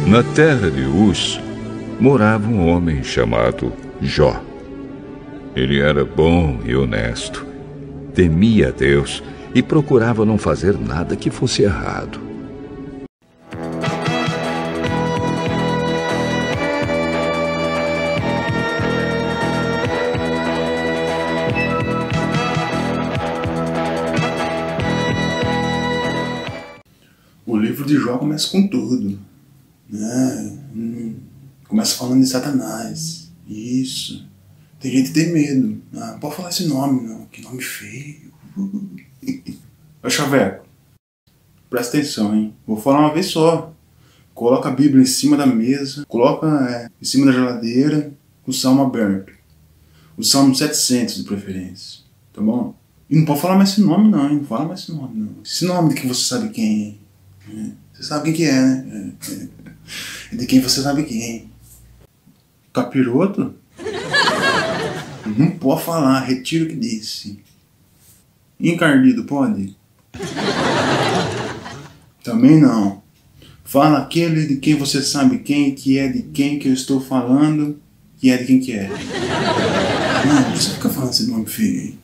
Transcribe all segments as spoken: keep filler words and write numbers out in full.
Na terra de Uz, morava um homem chamado Jó. Ele era bom e honesto, temia a Deus e procurava não fazer nada que fosse errado. O livro de Jó começa com tudo, né? Começa falando de Satanás. Isso. Tem gente que tem medo. Ah, não pode falar esse nome, não. Que nome feio. Ô Chaveco, presta atenção, hein? Vou falar uma vez só. Coloca a Bíblia em cima da mesa. Coloca é, em cima da geladeira. Com o salmo aberto. O salmo setecentos de preferência. Tá bom? E não pode falar mais esse nome, não, hein? Não fala mais esse nome, não. Esse nome de que você sabe quem é. Você sabe quem que é, né? É de quem você sabe quem. Capiroto? Não pode falar, retiro o que disse. Encardido, pode? Também não. Fala aquele de quem você sabe quem, que é de quem que eu estou falando, que é de quem que é. Não, não precisa ficar falando esse nome feio aí.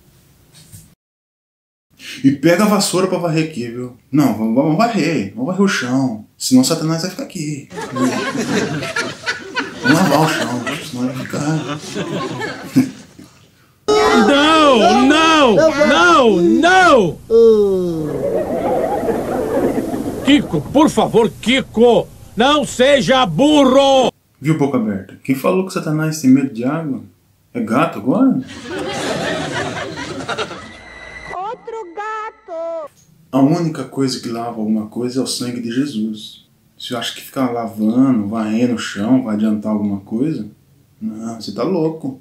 E pega a vassoura pra varrer aqui, viu? Não, vamos, vamos varrer. Vamos varrer o chão. Senão Satanás vai ficar aqui. Vamos lavar o chão, senão vai ficar... Não, não, não, não! Kiko, por favor, Kiko! Não seja burro! Viu, boca aberta? Quem falou que Satanás tem medo de água? É gato agora? A única coisa que lava alguma coisa é o sangue de Jesus. Você acha que ficar lavando, varrendo o chão vai adiantar alguma coisa? Não, você tá louco.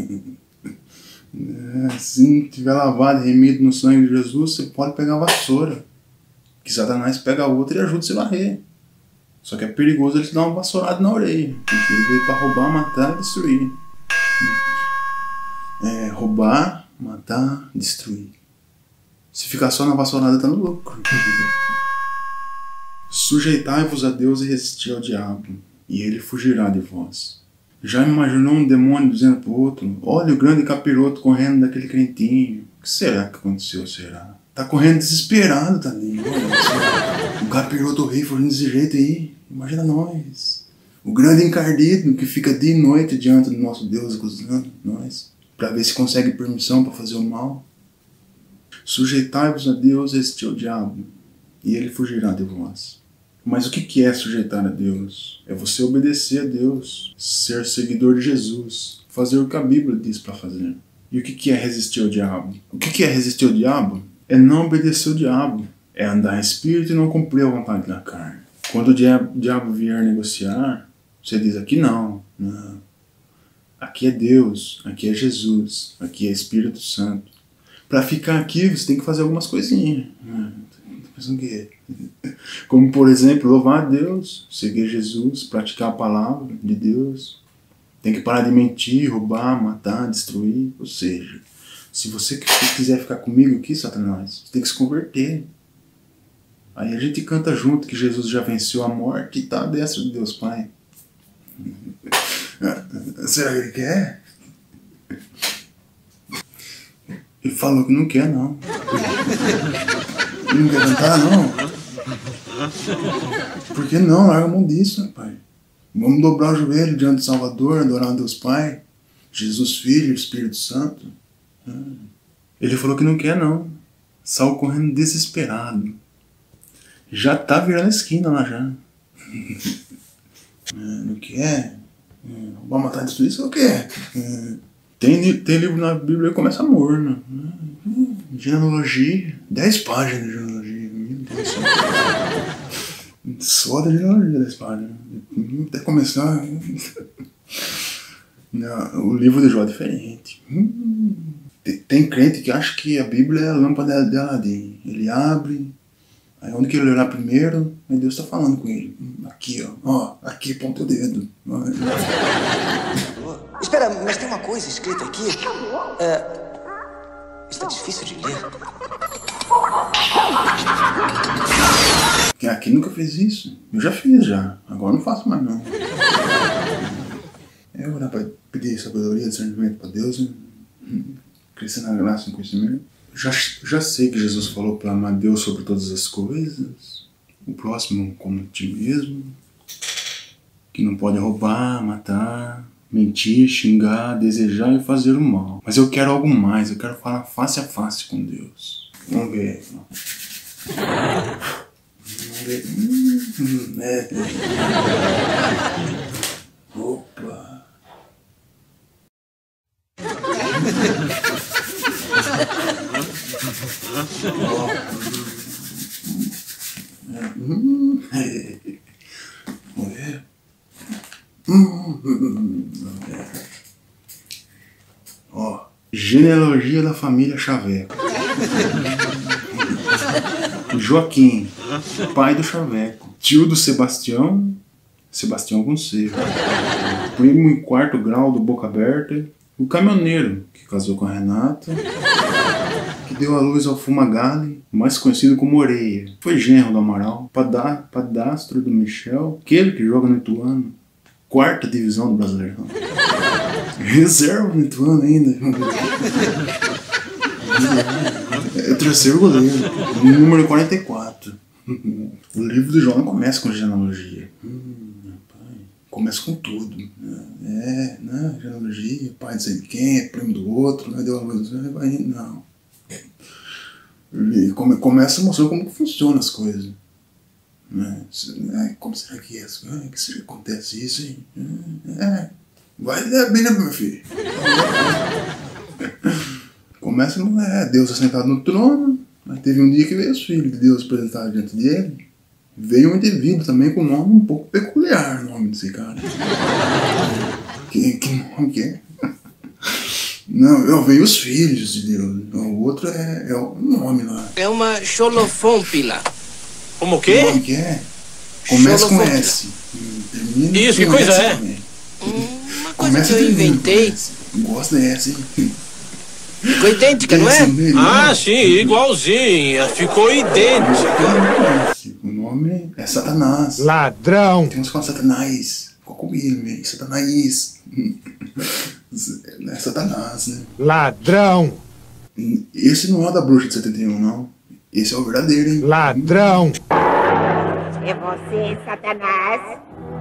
Se não tiver lavado e remido no sangue de Jesus, você pode pegar a vassoura. Que Satanás pega a outra e ajuda você a varrer. Só que é perigoso ele te dar uma vassourada na orelha. Porque ele veio pra roubar, matar e destruir. É, roubar, matar, destruir. Se ficar só na vassourada, tá no lucro. Sujeitai-vos a Deus e resistir ao diabo, e ele fugirá de vós. Já imaginou um demônio dizendo pro outro: olha o grande capiroto correndo daquele crentinho. O que será que aconteceu, será? Tá correndo desesperado, tadinho. O capiroto rei foi desse jeito aí. Imagina nós. O grande encardido que fica dia e noite diante do nosso Deus acusando nós, pra ver se consegue permissão pra fazer o mal. Sujeitai-vos a Deus e resistir ao diabo, e ele fugirá de vós. Mas o que é sujeitar a Deus? É você obedecer a Deus, ser seguidor de Jesus, fazer o que a Bíblia diz para fazer. E o que é resistir ao diabo? O que é resistir ao diabo? É não obedecer ao diabo, é andar em espírito e não cumprir a vontade da carne. Quando o diabo vier negociar, você diz: aqui não, não. Aqui é Deus, aqui é Jesus, aqui é Espírito Santo. Para ficar aqui, você tem que fazer algumas coisinhas. Pensando que como, por exemplo, louvar a Deus, seguir Jesus, praticar a palavra de Deus. Tem que parar de mentir, roubar, matar, destruir. Ou seja, se você quiser ficar comigo aqui, Satanás, você tem que se converter. Aí a gente canta junto que Jesus já venceu a morte e está à destra de Deus Pai. Será que ele quer? Ele falou que não quer, não. Ele não quer cantar, não. Por que não? Larga a mão disso, rapaz. Vamos dobrar o joelho diante do Salvador, adorar a Deus Pai, Jesus Filho, Espírito Santo. Ele falou que não quer, não. Saiu correndo desesperado. Já tá virando a esquina lá, já. Não quer? Roubar, matar, destruir, isso é o que é? Tem, tem livro na Bíblia que começa morno. Genealogia, dez páginas de genealogia. Meu Deus do céu. Só da genealogia, dez páginas. Até começar. Não, o livro de Jó é diferente. Tem, tem crente que acha que a Bíblia é a lâmpada de Aladim. Ele abre, aí onde que ele olhar primeiro, aí Deus está falando com ele. Aqui, ó. Ó, aqui, ponta o dedo. Espera, mas tem uma coisa escrita aqui. É, está difícil de ler. Quem aqui nunca fez isso? Eu já fiz já, agora não faço mais não. É orar para pedir sabedoria, discernimento para Deus, né? Crescer na graça e no conhecimento. Já, já sei que Jesus falou para amar Deus sobre todas as coisas, o próximo como ti mesmo, que não pode roubar, matar, mentir, xingar, desejar e fazer o mal. Mas eu quero algo mais, eu quero falar face a face com Deus. Vamos ver. Vamos ver. Hum, é. Opa. Hum, é. Vamos ver. Hum, é. Ó, genealogia da família Chaveco. Joaquim, pai do Chaveco, tio do Sebastião, Sebastião com C, primo em quarto grau do Boca Aberta, o caminhoneiro que casou com a Renata, que deu à luz ao Fumagalli, mais conhecido como Oreia, foi genro do Amaral, padá, padastro do Michel, aquele que joga no Ituano, quarta divisão do Brasileirão, reserva no Ituano ainda. É o terceiro goleiro, número quarenta e quatro. O livro do João não começa com genealogia. Hum, pai, começa com tudo. É, né? Genealogia, pai de sei de quem, é primo do outro, né? Deu uma coisa, vai indo, não. Ele come, começa mostrando como que funcionam as coisas. Né? Como será que é isso? Que será que acontece isso, hein? É, vai ler a Bíblia, meu filho. Começa, é, Deus assentado no trono, mas teve um dia que veio os filhos de Deus apresentados diante dele. Veio um indivíduo também com um nome um pouco peculiar, o nome desse cara. Que, que nome que é? Não, eu veio os filhos de Deus. O outro é, é o nome lá. É uma xolofômpila. Como o O quê? nome que é? Começa com Xolofômpila. S. Termina Isso, que com coisa S é? também. Hum, uma coisa Começa que eu termina com inventei. S. Gosto de S, hein? Ficou idêntica, não é? Esse mesmo, Ah, né? sim, igualzinha. Ficou idêntico. O nome é Satanás. Ladrão. Tem uns que falam Satanás. Qual comigo, velho? Satanás. É Satanás, né? Ladrão. Esse não é o da bruxa de setenta e um, não. Esse é o verdadeiro, hein? Ladrão. É você, Satanás?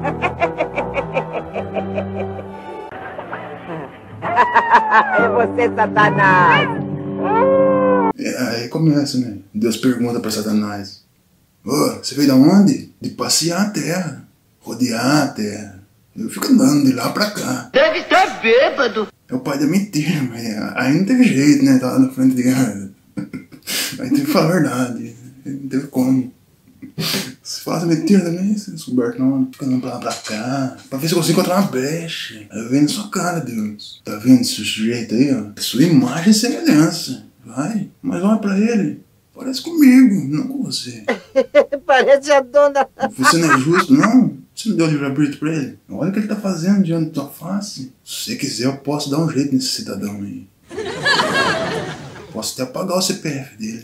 É você, Satanás! É, aí começa, né? Deus pergunta pra Satanás: Ô, você veio da onde? De passear a terra, rodear a terra. Eu fico andando de lá pra cá. Deve estar bêbado! É o pai da mentira, mas aí não teve jeito, né? Tava na frente de casa. Aí teve que falar a verdade. Não teve como. Se faz mentira também, você descoberto não, fica andando pra lá pra cá, pra ver se eu consigo encontrar uma brecha. Aí vem na sua cara, Deus. Tá vendo esse sujeito aí, ó? É sua imagem e semelhança. Vai, mas olha pra ele. Parece comigo, não com você. Parece a dona... Você não é justo, não? Você não deu livre-arbítrio pra ele? Olha o que ele tá fazendo diante da tua face. Se você quiser, eu posso dar um jeito nesse cidadão aí. Posso até apagar o C P F dele.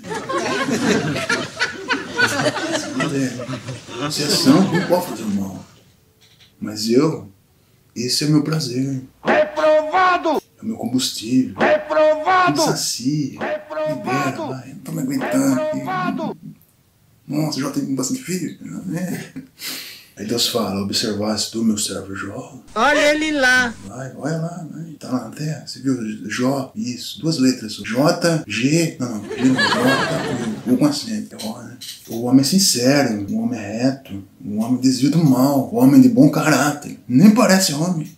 Se é santo, não pode fazer mal. Mas eu, esse é o meu prazer. Reprovado! É o meu combustível. Reprovado! Me sacia. Libera, vai. Não tô me aguentando. Reprovado! Nossa, já tem bastante filho. É. Aí Deus fala: observaste tu, meu servo Jó? Olha ele lá. Vai, olha lá, vai. Tá lá na terra. Você viu? Jó, isso. Duas letras. J, G. Não, não. G não. J, U com acento. É O, né? O homem é sincero. O homem é reto. O homem desvia do mal. O homem de bom caráter. Nem parece homem.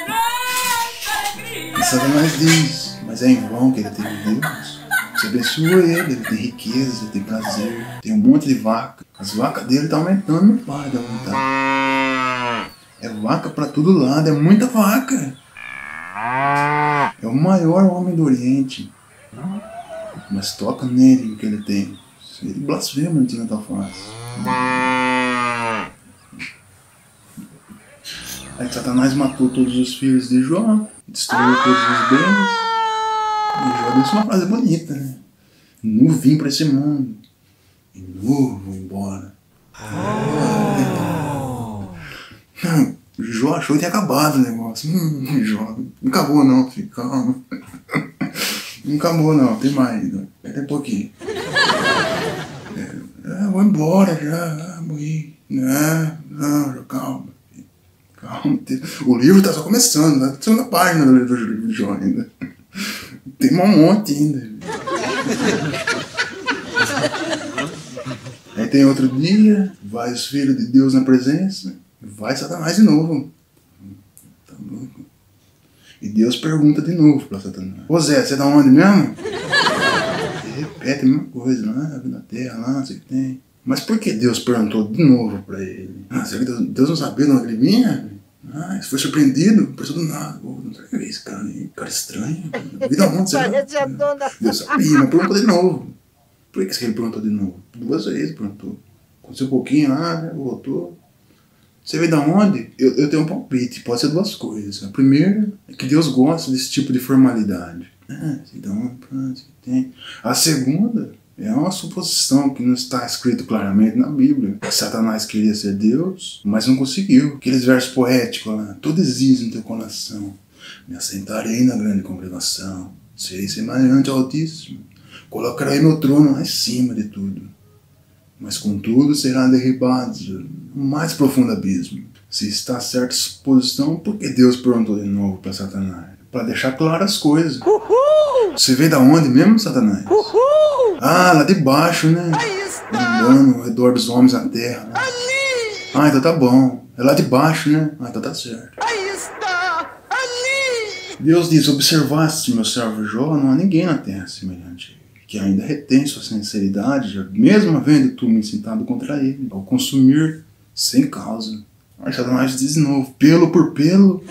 E Satanás diz: mas é em vão que ele teve Deus. Você abençoa ele, ele tem riqueza, ele tem prazer, tem um monte de vaca. As vacas dele estão aumentando, não para de aumentar. É vaca pra todo lado, é muita vaca. É o maior homem do Oriente. Mas toca nele o que ele tem. Ele blasfema diante da tua face. Aí Satanás matou todos os filhos de Jó, destruiu todos os bens. E Jó disse uma frase bonita, né? Nu vim pra esse mundo, e nu vou embora. Jó achou que tinha acabado o negócio. Hum, Jó, não acabou não, filho, calma. Não acabou não, tem mais, tem um pouquinho. É, ah, vou embora já, ah, morri. Não, não, Jó, calma. Calma, o livro tá só começando, né? Tá segunda página do livro de Jó ainda. Tem um monte ainda. Aí tem outro dia, vai os filhos de Deus na presença, vai Satanás de novo. Tá louco. E Deus pergunta de novo pra Satanás: Ô Zé, você é da onde mesmo? Ele repete a mesma coisa, lá na terra, lá, não sei o que tem. Mas por que Deus perguntou de novo pra ele? Ah, será que Deus, Deus não sabia de onde ele vinha? Ah, ele foi surpreendido, pensou do nada. Oh, não sei o que é esse cara aí, cara estranho. Vida onde, será? Deus sabia, mas perguntou de novo. Por que ele perguntou de novo? Duas vezes perguntou. Aconteceu um pouquinho lá, né? Voltou. Você veio da onde? Eu, eu tenho um palpite, pode ser duas coisas. A primeira é que Deus gosta desse tipo de formalidade. Ah, sei de onde, pronto, que tem. A segunda é uma suposição que não está escrito claramente na Bíblia. Satanás queria ser Deus, mas não conseguiu. Aqueles versos poéticos lá: tudo existe no teu coração. Me assentarei na grande congregação. Serei semelhante ao Altíssimo. Colocarei meu trono lá em cima de tudo. Mas contudo será derribado no mais profundo abismo. Se está certa suposição, por que Deus perguntou de novo para Satanás? Para deixar claras as coisas. Uhul! Você veio da onde mesmo, Satanás? Uhul! Ah, lá de baixo, né? Andando ao redor dos homens na terra. Né? Ali! Ah, então tá bom. É lá de baixo, né? Ah, então tá certo. Aí está! Ali! Deus diz: observaste, meu servo Jó, não há ninguém na terra semelhante a ele, que ainda retém sua sinceridade, mesmo havendo tu me incitado contra ele, ao consumir sem causa. Aí Satanás diz de novo: pelo por pelo,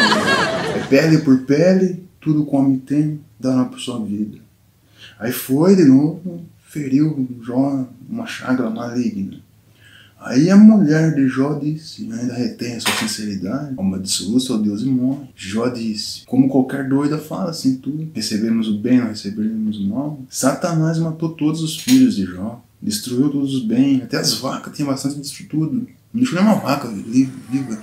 é pele por pele, tudo come tem, dará por sua vida. Aí foi de novo, feriu Jó uma chaga maligna. Aí a mulher de Jó disse: ainda retém a sua sinceridade, amaldiçoa ao Deus e morre. Jó disse: como qualquer doida fala assim tudo, recebemos o bem, não recebemos o mal. Satanás matou todos os filhos de Jó, destruiu todos os bens, até as vacas, tinha bastante disso tudo. Não deixou nem uma vaca viva.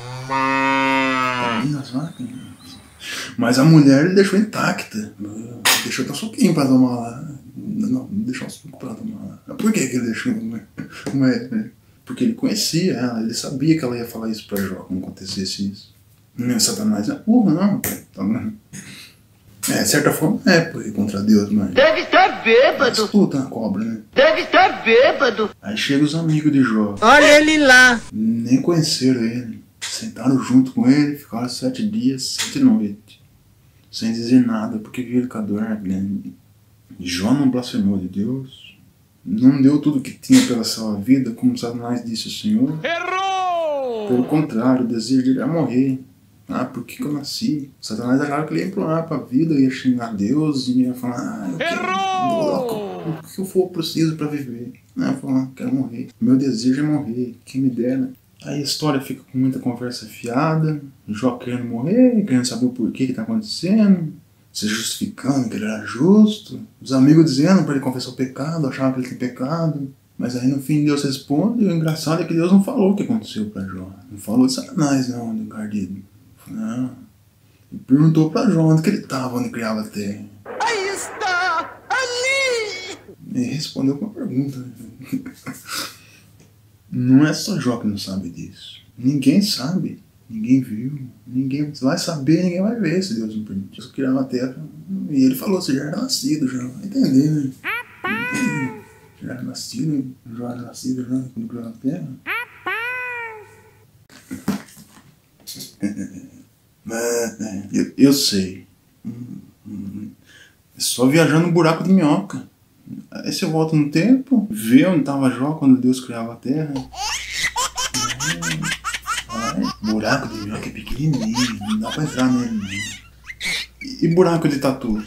Tá vindo as vacas? Mas a mulher ele deixou intacta. Deixou até um suquinho pra tomar lá. Não, não deixou um suco pra tomar lá. Por que que ele deixou? Não é, né? Porque ele conhecia ela, ele sabia que ela ia falar isso pra Jó quando acontecesse isso. Não, Satanás não é burro, não. Então, é, de certa forma é, porque contra Deus, mas... Deve estar bêbado. Puta, uma cobra, né? Deve estar bêbado. Aí chegam os amigos de Jó. Olha ele lá. Nem conheceram ele. Sentaram junto com ele, ficaram sete dias, sete noites. Sem dizer nada, porque viram que a dor era grande. Jó não blasfemou de Deus. Não deu tudo que tinha pela sua vida, como Satanás disse ao Senhor. Errou! Pelo contrário, o desejo dele era morrer. Ah, por que que eu nasci? Satanás achava que ele ia implorar pra vida, ia xingar Deus, e ia falar: ah, eu quero, Errou! O que eu for preciso pra viver? Ah, eu falar: quero morrer. Meu desejo é morrer, quem me dera. Aí a história fica com muita conversa fiada, Jó querendo morrer, querendo saber o porquê que tá acontecendo, se justificando que ele era justo, os amigos dizendo para ele confessar o pecado, achavam que ele tem pecado, mas aí no fim Deus responde, e o engraçado é que Deus não falou o que aconteceu para Jó, não falou de Satanás não, do encardido, não, ele perguntou para Jó onde que ele estava, onde criava a terra. Aí está, ali! E respondeu com uma pergunta. Não é só Jó que não sabe disso, ninguém sabe. Ninguém viu, ninguém vai saber, ninguém vai ver se Deus não permitiu. Deus criou a terra e ele falou: você já era nascido, já vai entender, né? Entende? Já era nascido, já era nascido já quando criou a terra. Mas, é, eu, eu sei. É só viajar no buraco de minhoca. Aí você volta no tempo, vê onde estava Jó quando Deus criava a terra. O buraco de minhoca é pequenininho, não dá pra entrar nele. E, e buraco de tatu?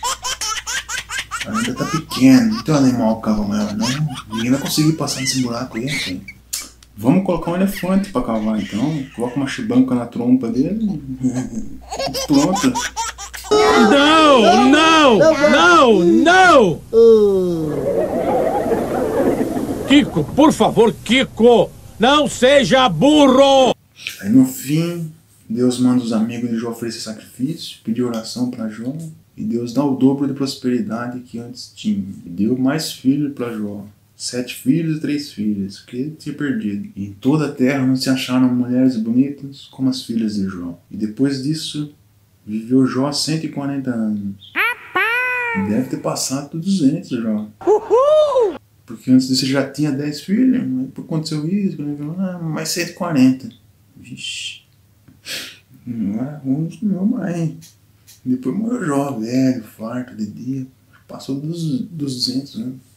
Ainda tá pequeno, não tem um animal que cava maior, não. Ninguém vai conseguir passar nesse buraco aí, cara. Vamos colocar um elefante pra cavar então. Coloca uma chibanca na trompa dele. Pronto. Não, não, não, não! Kiko, por favor, Kiko, não seja burro! Aí no fim, Deus manda os amigos de Jó oferecer sacrifício, pedir oração para Jó, e Deus dá o dobro de prosperidade que antes tinha. E deu mais filhos para Jó. Sete filhos e três filhas, que ele tinha perdido. E em toda a terra não se acharam mulheres bonitas como as filhas de Jó. E depois disso, viveu Jó cento e quarenta anos. Deve ter passado dos duzentos, Jó. Uhul! Porque antes disso já tinha dez filhos, aí aconteceu isso, ah, mais cento e quarenta. Vixe. Não é ruim, não, mãe. Depois morreu Jó, velho, farto de dia. Passou dos, dos duzentos anos.